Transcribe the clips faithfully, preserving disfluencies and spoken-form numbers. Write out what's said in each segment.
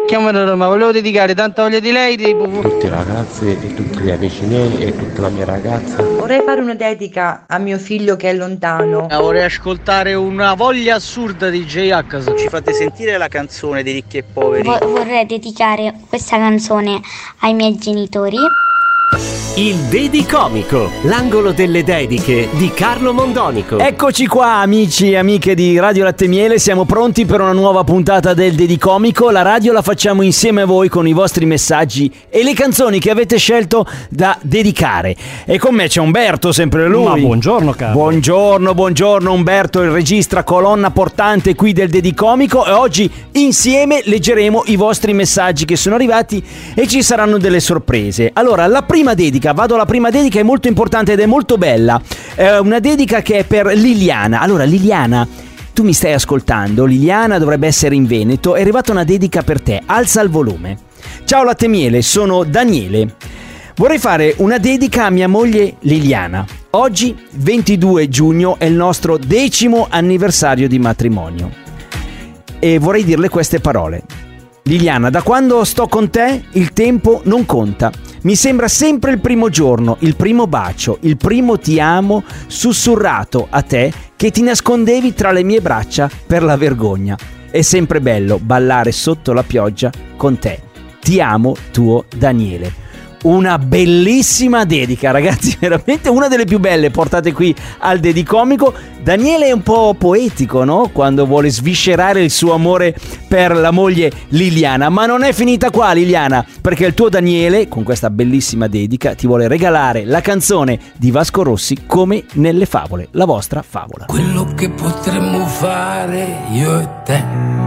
Chiamano Roma, volevo dedicare tanta voglia di lei di... tutte le ragazze e tutti gli amici miei e tutta la mia ragazza. Vorrei fare una dedica a mio figlio che è lontano. Vorrei ascoltare una voglia assurda di J-H. Ci fate sentire la canzone di Ricchi e Poveri? Vo- vorrei dedicare questa canzone ai miei genitori. Il Dedicomico, l'angolo delle dediche di Carlo Mondonico. Eccoci qua amici e amiche di Radio Latte Miele, siamo pronti per una nuova puntata del Dedicomico. La radio la facciamo insieme a voi con i vostri messaggi e le canzoni che avete scelto da dedicare. E con me c'è Umberto, sempre lui. Ma buongiorno Carlo. Buongiorno, buongiorno Umberto, il regista, colonna portante qui del Dedicomico, e oggi insieme leggeremo i vostri messaggi che sono arrivati e ci saranno delle sorprese. Allora, la prima dedica, vado alla prima dedica, è molto importante ed è molto bella. È una dedica che è per Liliana. Allora Liliana, tu mi stai ascoltando? Liliana dovrebbe essere in Veneto. È arrivata una dedica per te, alza il volume. Ciao Latte Miele, sono Daniele. Vorrei fare una dedica a mia moglie Liliana. Oggi ventidue giugno è il nostro decimo anniversario di matrimonio e vorrei dirle queste parole. Liliana, da quando sto con te il tempo non conta. Mi sembra sempre il primo giorno, il primo bacio, il primo ti amo sussurrato a te che ti nascondevi tra le mie braccia per la vergogna. È sempre bello ballare sotto la pioggia con te. Ti amo, tuo Daniele. Una bellissima dedica, ragazzi, veramente una delle più belle portate qui al Dedicomico. Daniele è un po' poetico, no? Quando vuole sviscerare il suo amore per la moglie Liliana. Ma non è finita qua, Liliana, perché il tuo Daniele, con questa bellissima dedica, ti vuole regalare la canzone di Vasco Rossi, Come nelle favole, la vostra favola. Quello che potremmo fare io e te,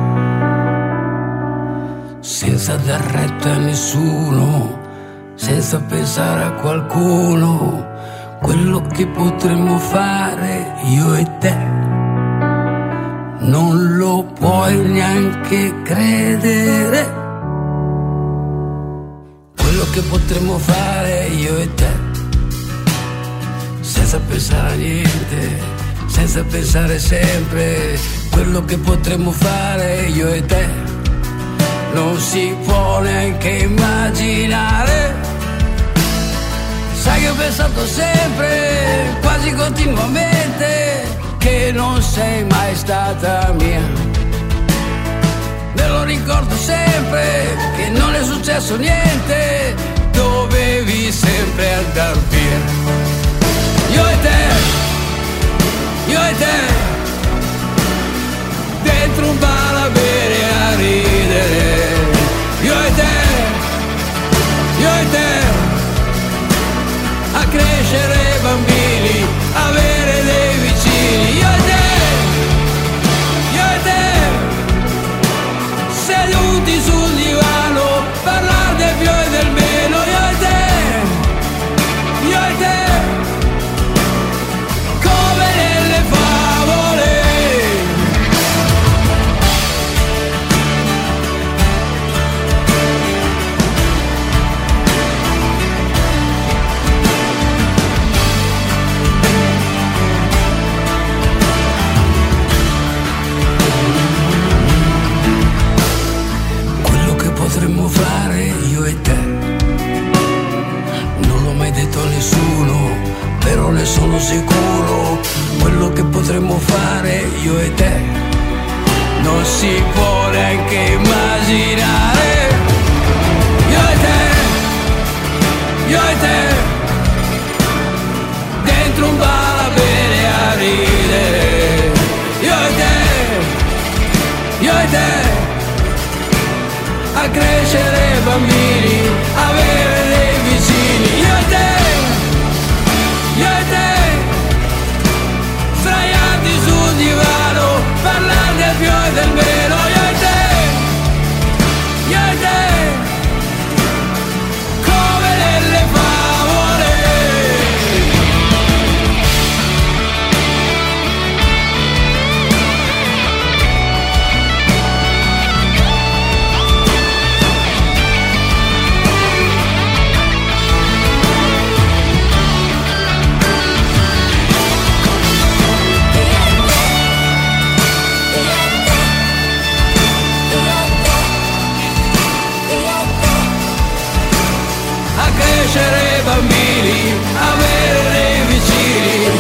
senza dar retta a nessuno, senza pensare a qualcuno, quello che potremmo fare io e te, non lo puoi neanche credere. Quello che potremmo fare io e te, senza pensare a niente, senza pensare sempre, quello che potremmo fare io e te, non si può neanche immaginare. Sai che ho pensato sempre, quasi continuamente, che non sei mai stata mia. Me lo ricordo sempre, che non è successo niente, dovevi sempre andar via. Io e te, io e te, dentro un bar a bere e a ridere. Io e te, io e te, a crescere bambini, avere dei vicini. Io e te, io e te, seduti sul divano, parlare del più e del meno. Io e te, io e te, come nelle favole. Potremmo fare io e te, non l'ho mai detto a nessuno, però ne sono sicuro, quello che potremmo fare io e te, non si può neanche immaginare. Io e te, io e te, dentro un bar a bere e a ridere. Io e te, io e te, a crescere bambini, avere dei vicini. Io e te, io e te, sdraiati sul divano, parlare del più e del meno. Io e te, io e te, come nelle favole. crescere bambini, avere dei vicini.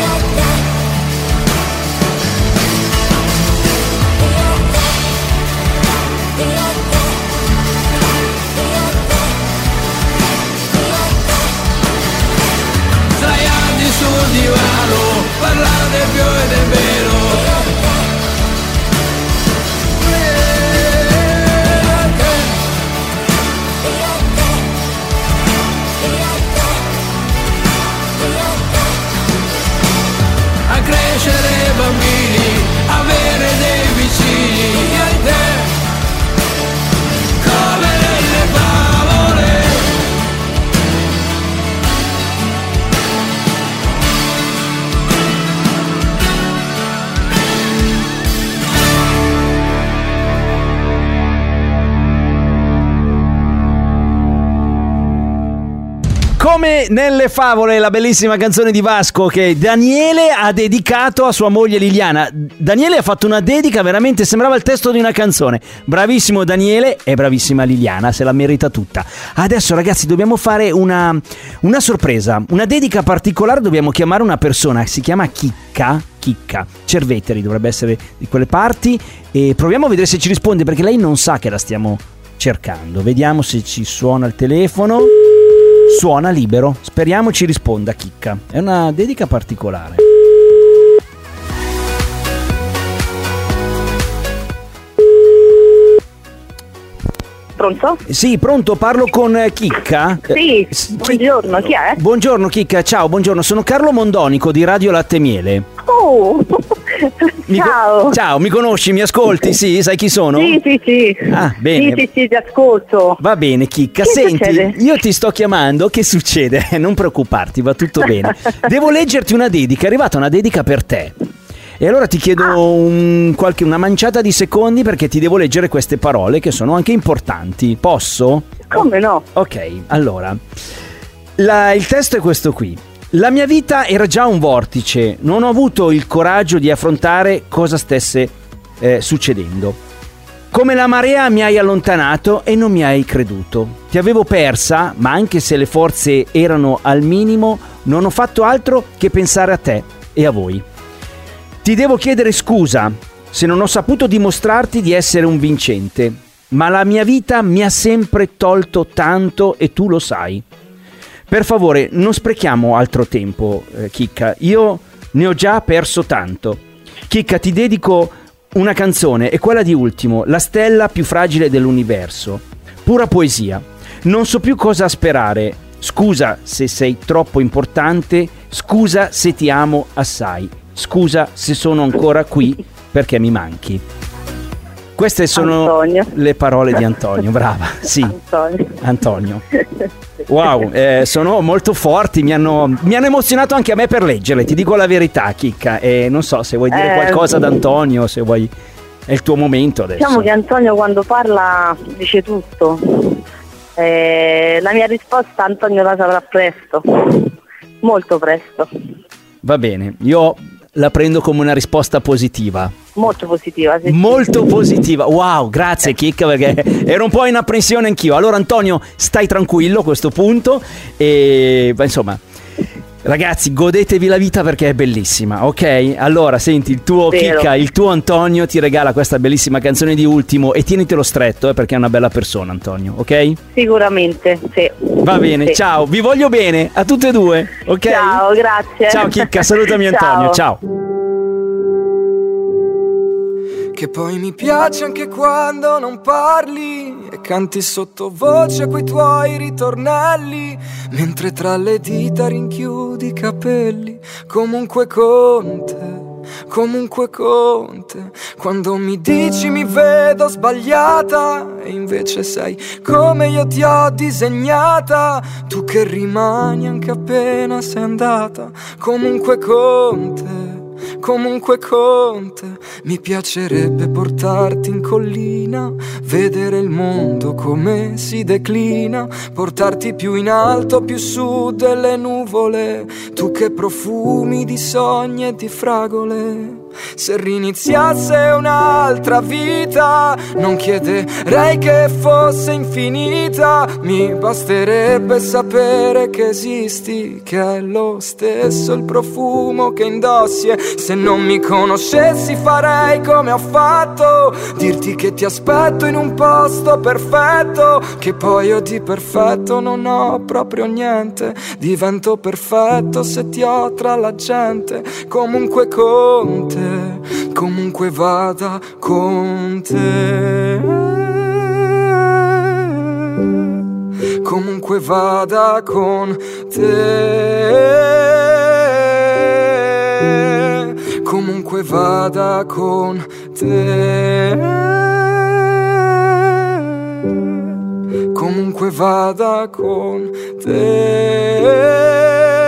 Sdraiati sul divano, parlare più ed è vero. A crescere bambini, avere dei vicini, io e te, come nelle favole. Come nelle favole, la bellissima canzone di Vasco che Daniele ha dedicato a sua moglie Liliana. Daniele ha fatto una dedica, veramente sembrava il testo di una canzone. Bravissimo Daniele e bravissima Liliana, se la merita tutta. Adesso ragazzi dobbiamo fare una, una sorpresa, una dedica particolare. Dobbiamo chiamare una persona, si chiama Chicca. Chicca Cerveteri, dovrebbe essere di quelle parti, e proviamo a vedere se ci risponde, perché lei non sa che la stiamo cercando. Vediamo se ci suona il telefono. Suona libero, speriamo ci risponda Chicca. È una dedica particolare. Pronto? Sì, pronto, parlo con Chicca? Sì, Chi... buongiorno, chi è? Buongiorno Chicca, ciao, buongiorno, sono Carlo Mondonico di Radio Latte e Miele. Oh, Mi ciao. Co- ciao, mi conosci, mi ascolti? Sì, sai chi sono? Sì, sì, sì. Ah, bene. Sì, sì, sì, ti ascolto. Va bene Chicca, Che senti, succede? io ti sto chiamando, che succede? Non preoccuparti, va tutto bene. Devo leggerti una dedica, è arrivata una dedica per te. E allora ti chiedo Ah. un, qualche, una manciata di secondi, perché ti devo leggere queste parole che sono anche importanti. Posso? Come no? Ok, allora, la- il testo è questo qui. La mia vita era già un vortice, non ho avuto il coraggio di affrontare cosa stesse eh, succedendo. Come la marea mi hai allontanato e non mi hai creduto. Ti avevo persa, ma anche se le forze erano al minimo, non ho fatto altro che pensare a te e a voi. Ti devo chiedere scusa se non ho saputo dimostrarti di essere un vincente, ma la mia vita mi ha sempre tolto tanto e tu lo sai. Per favore, non sprechiamo altro tempo, eh, Chicca. Io ne ho già perso tanto. Chicca, ti dedico una canzone, è quella di Ultimo, la stella più fragile dell'universo. Pura poesia. Non so più cosa sperare. Scusa se sei troppo importante. Scusa se ti amo assai. Scusa se sono ancora qui perché mi manchi. Queste sono Antonio. le parole di Antonio, brava. Sì, Antonio. Antonio. Wow, eh, sono molto forti, mi hanno, mi hanno emozionato anche a me per leggerle, ti dico la verità Chicca, e non so se vuoi dire Eh, qualcosa ad Antonio, se vuoi, è il tuo momento adesso. Diciamo che Antonio quando parla dice tutto. Eh, la mia risposta Antonio la saprà presto, molto presto, Va bene, io la prendo come una risposta positiva. molto positiva. Sì, Molto positiva, wow, grazie Chicca, perché ero un po' in apprensione anch'io. Allora Antonio, stai tranquillo a questo punto e beh, insomma, ragazzi, godetevi la vita perché è bellissima, ok? Allora senti, il tuo Vero. Chicca, il tuo Antonio ti regala questa bellissima canzone di Ultimo e tienitelo stretto, eh, perché è una bella persona Antonio, ok? Sicuramente, sì. Va bene, Sì. ciao, vi voglio bene a tutte e due, ok? Ciao, grazie. Ciao Chicca, salutami Antonio, ciao. Che poi mi piace anche quando non parli e canti sottovoce quei tuoi ritornelli, mentre tra le dita rinchiudi i capelli. Comunque con te, comunque con te. Quando mi dici mi vedo sbagliata e invece sei come io ti ho disegnata, tu che rimani anche appena sei andata. Comunque con te, comunque con te. Mi piacerebbe portarti in collina, vedere il mondo come si declina, portarti più in alto, più su delle nuvole, tu che profumi di sogni e di fragole. Se riniziasse un'altra vita, non chiederei che fosse infinita. Mi basterebbe sapere che esisti, che è lo stesso il profumo che indossi. E se non mi conoscessi farei come ho fatto, dirti che ti aspetto in un posto perfetto, che poi io di perfetto non ho proprio niente. Divento perfetto se ti ho tra la gente. Comunque con te, comunque vada con te, comunque vada con te, comunque vada con te, comunque vada con te.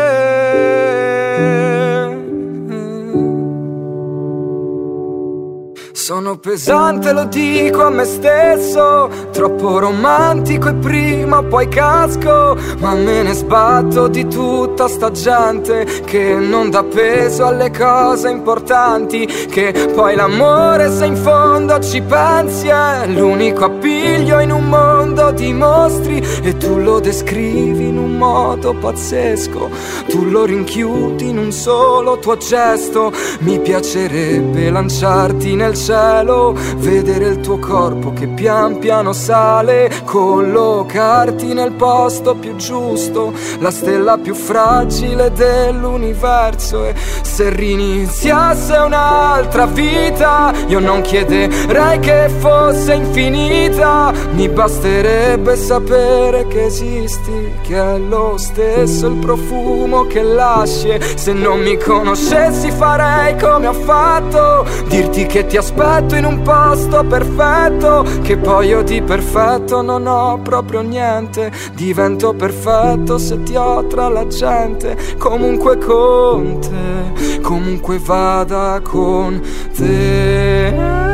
Sono pesante, lo dico a me stesso, troppo romantico e prima o poi casco, ma me ne sbatto di tutta sta gente che non dà peso alle cose importanti, che poi l'amore se in fondo ci pensi è l'unico appiglio in un mondo di mostri, e tu lo descrivi in un modo pazzesco, tu lo rinchiudi in un solo tuo gesto. Mi piacerebbe lanciarti nel cielo, vedere il tuo corpo che pian piano sale, collocarti nel posto più giusto, la stella più fragile dell'universo. E se riniziasse un'altra vita, io non chiederei che fosse infinita. Mi basterebbe sapere che esisti, che è lo stesso il profumo che lasci. E se non mi conoscessi farei come ho fatto, dirti che ti aspetto in un posto perfetto, che poi io di perfetto non ho proprio niente. Divento perfetto se ti ho tra la gente. Comunque con te, comunque vada con te,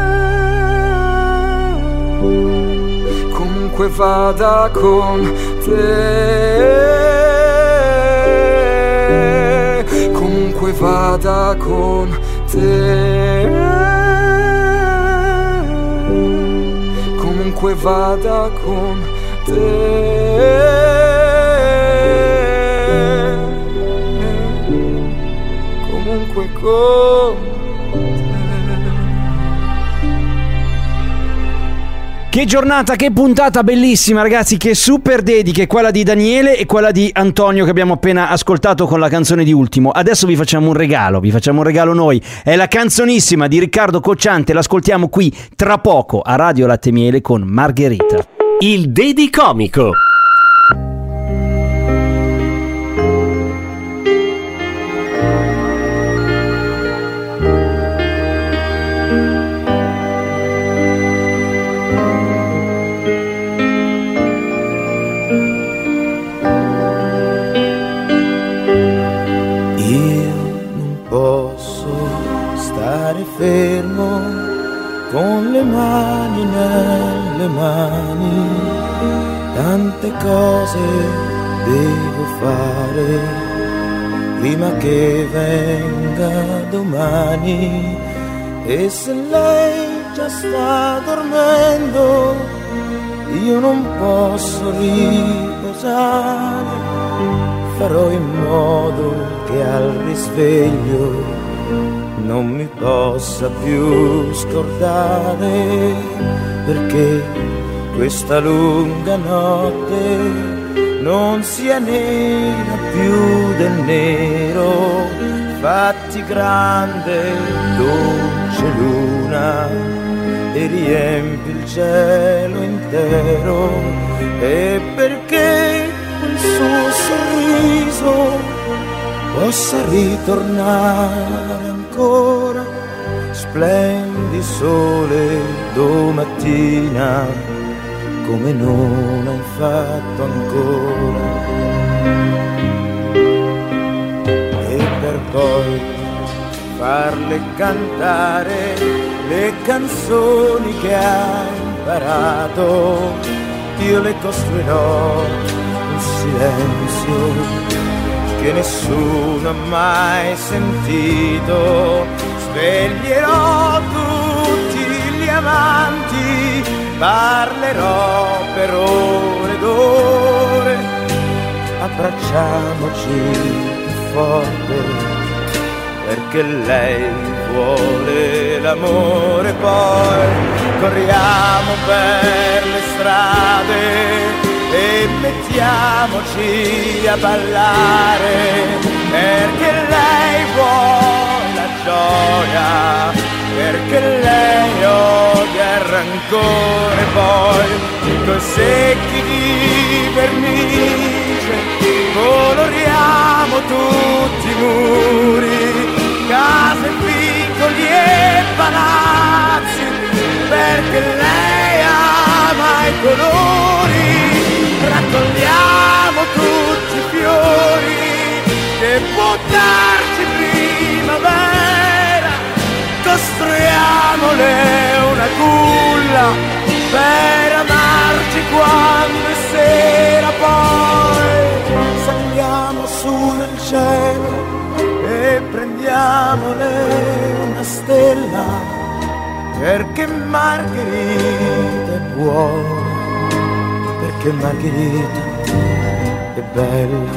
comunque vada con te, comunque vada con te, comunque vada con te, comunque con te. Che giornata, che puntata bellissima ragazzi, che super dediche, quella di Daniele e quella di Antonio che abbiamo appena ascoltato con la canzone di Ultimo. Adesso vi facciamo un regalo, vi facciamo un regalo noi, è la canzonissima di Riccardo Cocciante, l'ascoltiamo qui tra poco a Radio Latte e Miele con Margherita. Il Dedicomico. Fermo con le mani nelle mani, tante cose devo fare prima che venga domani. E se lei già sta dormendo, io non posso riposare. Farò in modo che al risveglio non mi possa più scordare, perché questa lunga notte non sia nera più del nero. Fatti grande, dolce luna, e riempi il cielo intero, e perché quel suo sorriso possa ritornare ancora. Splendi sole domattina come non hai fatto ancora, e per poi farle cantare le canzoni che hai imparato. Io le costruirò un silenzio che nessuno ha mai sentito. sveglierò tutti gli amanti, parlerò per ore ed ore, abbracciamoci più forte, perché lei vuole l'amore. Poi corriamo per le strade e mettiamoci a ballare, perché lei vuole la gioia, perché lei odia il rancore. Poi coi secchi di vernice coloriamo tutti i muri, case, vicoli e palazzi, perché lei ama i colori. Raccogliamo tutti i fiori che può darci primavera, costruiamole una culla per amarci quando è sera. Poi saliamo su nel cielo e prendiamole una stella, perché Margherita è buona, perché Margherita è bella,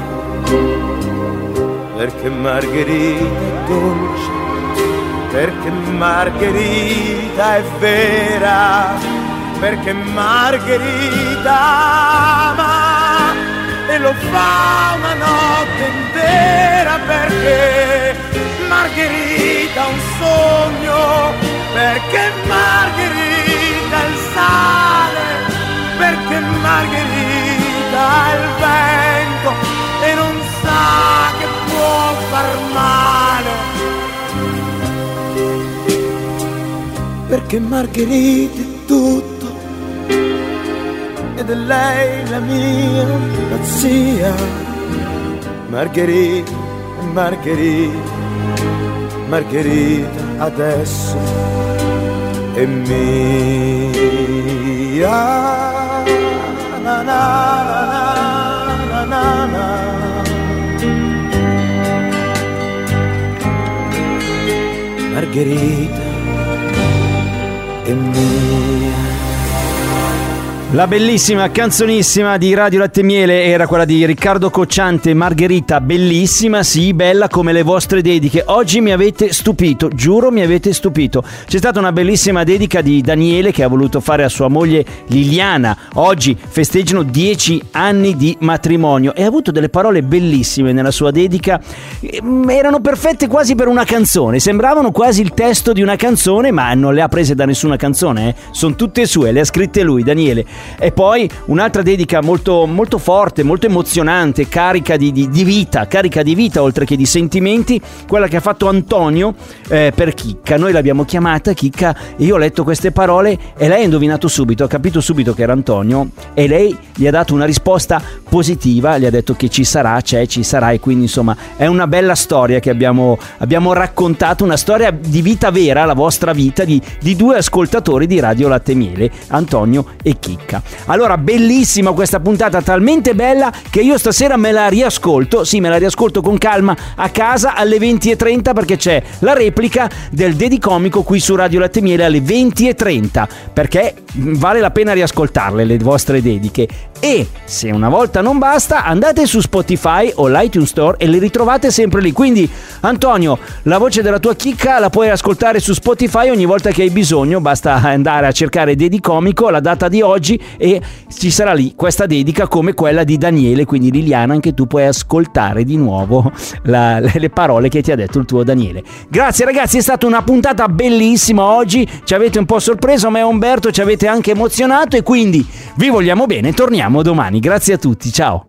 perché Margherita è dolce, perché Margherita è vera, perché Margherita ama e lo fa una notte intera, perché Margherita ha un sogno, perché Margherita è il sale, perché Margherita è il vento e non sa che può far male, perché Margherita è tutto ed è lei la mia pazzia. Margherita, Margherita, Margherita adesso è mia. Na, na, na, na, na. Margherita è mia. La bellissima canzonissima di Radio Latte e Miele era quella di Riccardo Cocciante, Margherita, bellissima, sì, bella come le vostre dediche. Oggi mi avete stupito, giuro mi avete stupito. C'è stata una bellissima dedica di Daniele che ha voluto fare a sua moglie Liliana. Oggi festeggiano dieci anni di matrimonio e ha avuto delle parole bellissime nella sua dedica. Erano perfette quasi per una canzone, sembravano quasi il testo di una canzone, ma non le ha prese da nessuna canzone, eh? Sono tutte sue, le ha scritte lui, Daniele. E poi un'altra dedica molto, molto forte, molto emozionante, carica di, di, di vita, carica di vita oltre che di sentimenti, quella che ha fatto Antonio eh, per Chicca. Noi l'abbiamo chiamata Chicca e io ho letto queste parole e lei ha indovinato subito, ha capito subito che era Antonio e lei gli ha dato una risposta positiva, gli ha detto che ci sarà, c'è, ci sarà, e quindi insomma è una bella storia che abbiamo, abbiamo raccontato, una storia di vita vera, la vostra vita, di, di due ascoltatori di Radio Latte e Miele, Antonio e Chicca. Allora, bellissima questa puntata, talmente bella che io stasera me la riascolto, sì, me la riascolto con calma a casa alle venti e trenta, perché c'è la replica del Dedicomico qui su Radio Latte e Miele alle venti e trenta, perché vale la pena riascoltarle le vostre dediche. E se una volta non basta, andate su Spotify o l'iTunes Store e le ritrovate sempre lì. Quindi Antonio, la voce della tua chicca la puoi ascoltare su Spotify ogni volta che hai bisogno, basta andare a cercare Dedicomico, la data di oggi, e ci sarà lì questa dedica come quella di Daniele. Quindi Liliana, anche tu puoi ascoltare di nuovo la, le parole che ti ha detto il tuo Daniele. Grazie ragazzi, è stata una puntata bellissima oggi, ci avete un po' sorpreso, ma Umberto ci avete anche emozionato, e quindi vi vogliamo bene, torniamo domani. Grazie a tutti, ciao.